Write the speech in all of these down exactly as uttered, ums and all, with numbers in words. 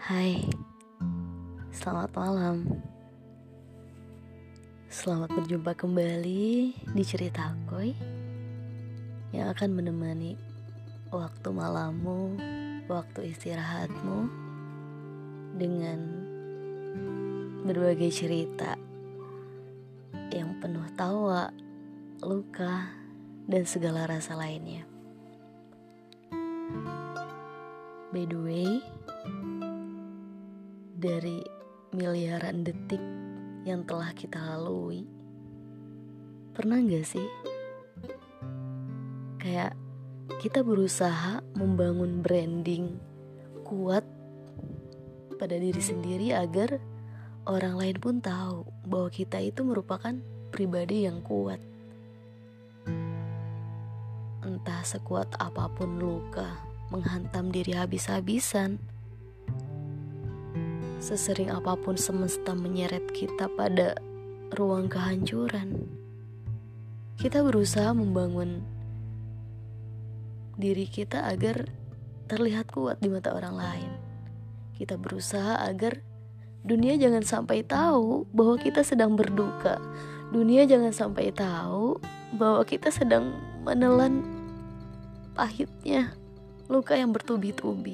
Hai, selamat malam. Selamat berjumpa kembali di Cerita Koi yang akan menemani waktu malammu, waktu istirahatmu dengan berbagai cerita yang penuh tawa, luka, dan segala rasa lainnya. By the way, dari miliaran detik yang telah kita lalui, pernah gak sih kayak kita berusaha membangun branding kuat pada diri sendiri agar orang lain pun tahu bahwa kita itu merupakan pribadi yang kuat. Entah sekuat apapun luka menghantam diri habis-habisan, sesering apapun semesta menyeret kita pada ruang kehancuran, kita berusaha membangun diri kita agar terlihat kuat di mata orang lain. Kita berusaha agar dunia jangan sampai tahu bahwa kita sedang berduka. Dunia jangan sampai tahu bahwa kita sedang menelan pahitnya luka yang bertubi-tubi.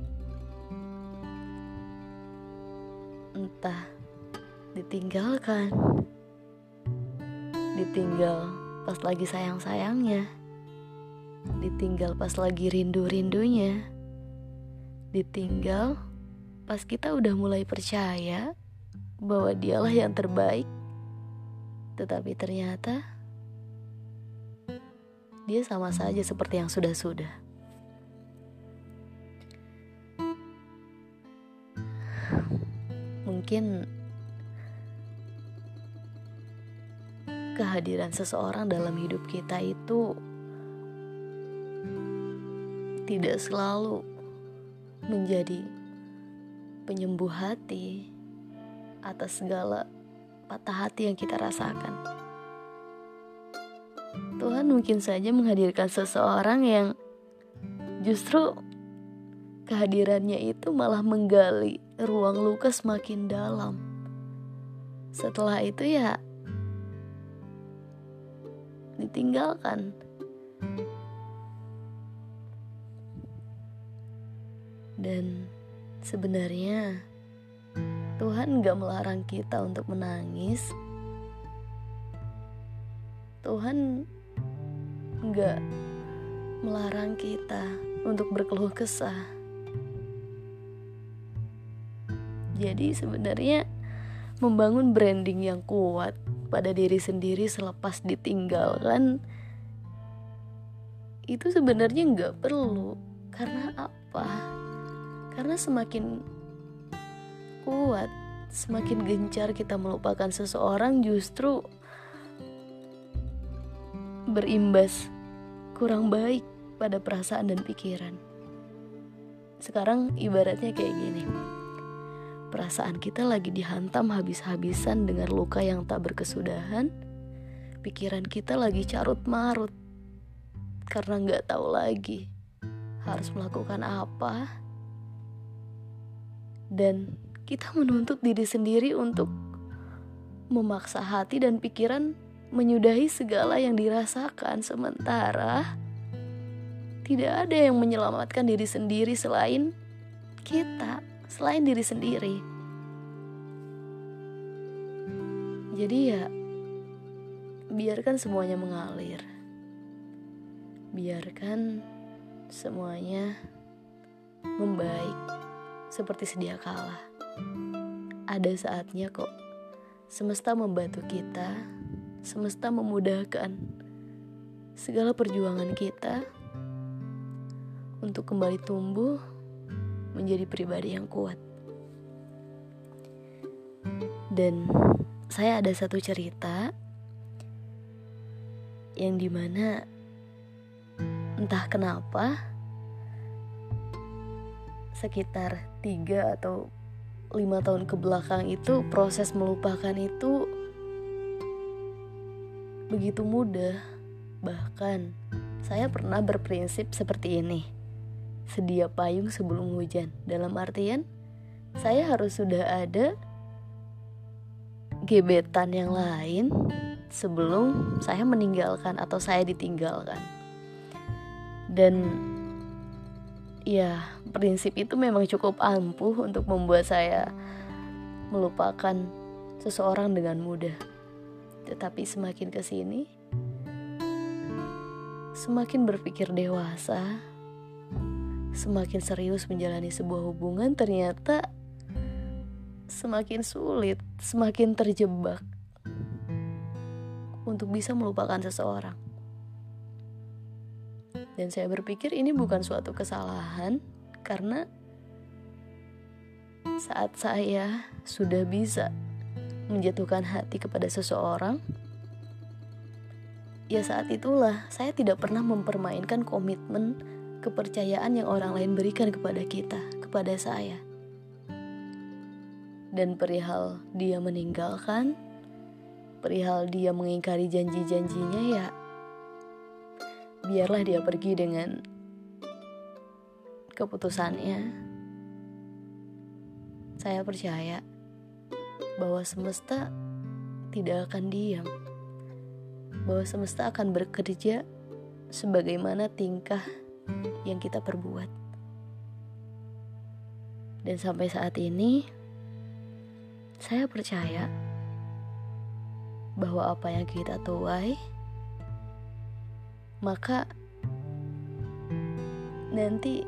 Entah ditinggalkan, ditinggal pas lagi sayang-sayangnya, ditinggal pas lagi rindu-rindunya, ditinggal pas kita udah mulai percaya bahwa dialah yang terbaik, tetapi ternyata dia sama saja seperti yang sudah-sudah. Mungkin kehadiran seseorang dalam hidup kita itu tidak selalu menjadi penyembuh hati atas segala patah hati yang kita rasakan. Tuhan mungkin saja menghadirkan seseorang yang justru kehadirannya itu malah menggali ruang luka semakin dalam. Setelah itu ya ditinggalkan. Dan sebenarnya Tuhan gak melarang kita untuk menangis. Tuhan gak melarang kita untuk berkeluh kesah. Jadi sebenarnya membangun branding yang kuat pada diri sendiri selepas ditinggalkan itu sebenarnya gak perlu. Karena apa? Karena semakin kuat, semakin gencar kita melupakan seseorang, justru berimbas kurang baik pada perasaan dan pikiran. Sekarang ibaratnya kayak gini, perasaan kita lagi dihantam habis-habisan dengan luka yang tak berkesudahan. Pikiran kita lagi carut marut karena gak tahu lagi harus melakukan apa. Dan kita menuntut diri sendiri untuk memaksa hati dan pikiran menyudahi segala yang dirasakan. Sementara tidak ada yang menyelamatkan diri sendiri selain kita, selain diri sendiri. Jadi ya biarkan semuanya mengalir. Biarkan semuanya membaik seperti sedia kala. Ada saatnya kok semesta membantu kita, semesta memudahkan segala perjuangan kita untuk kembali tumbuh menjadi pribadi yang kuat. Dan saya ada satu cerita yang dimana entah kenapa sekitar tiga atau lima tahun ke belakang itu proses melupakan itu begitu mudah. Bahkan saya pernah berprinsip seperti ini, sedia payung sebelum hujan. Dalam artian saya harus sudah ada gebetan yang lain sebelum saya meninggalkan atau saya ditinggalkan. Dan ya, prinsip itu memang cukup ampuh untuk membuat saya melupakan seseorang dengan mudah. Tetapi semakin kesini, semakin berpikir dewasa, semakin serius menjalani sebuah hubungan, ternyata semakin sulit, semakin terjebak untuk bisa melupakan seseorang. Dan saya berpikir ini bukan suatu kesalahan, karena saat saya sudah bisa menjatuhkan hati kepada seseorang, ya saat itulah saya tidak pernah mempermainkan komitmen kepercayaan yang orang lain berikan kepada kita, kepada saya. Dan perihal dia meninggalkan, perihal dia mengingkari janji-janjinya, ya biarlah dia pergi dengan keputusannya. Saya percaya bahwa semesta tidak akan diam, bahwa semesta akan bekerja sebagaimana tingkah yang kita perbuat. Dan sampai saat ini saya percaya bahwa apa yang kita tuai, maka nanti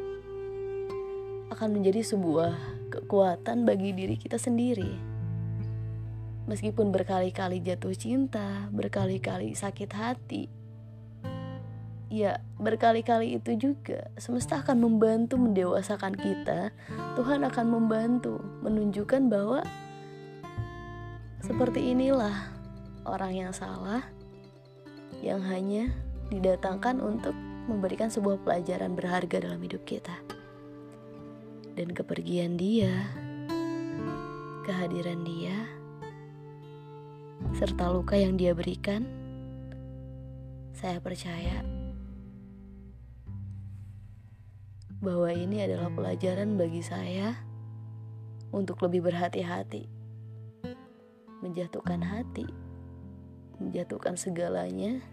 akan menjadi sebuah kekuatan bagi diri kita sendiri. Meskipun berkali-kali jatuh cinta, berkali-kali sakit hati, ya berkali-kali itu juga semesta akan membantu mendewasakan kita. Tuhan akan membantu menunjukkan bahwa seperti inilah orang yang salah, yang hanya didatangkan untuk memberikan sebuah pelajaran berharga dalam hidup kita. Dan kepergian dia, kehadiran dia, serta luka yang dia berikan, saya percaya bahwa ini adalah pelajaran bagi saya untuk lebih berhati-hati, menjatuhkan hati, menjatuhkan segalanya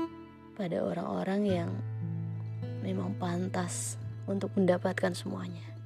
pada orang-orang yang memang pantas untuk mendapatkan semuanya.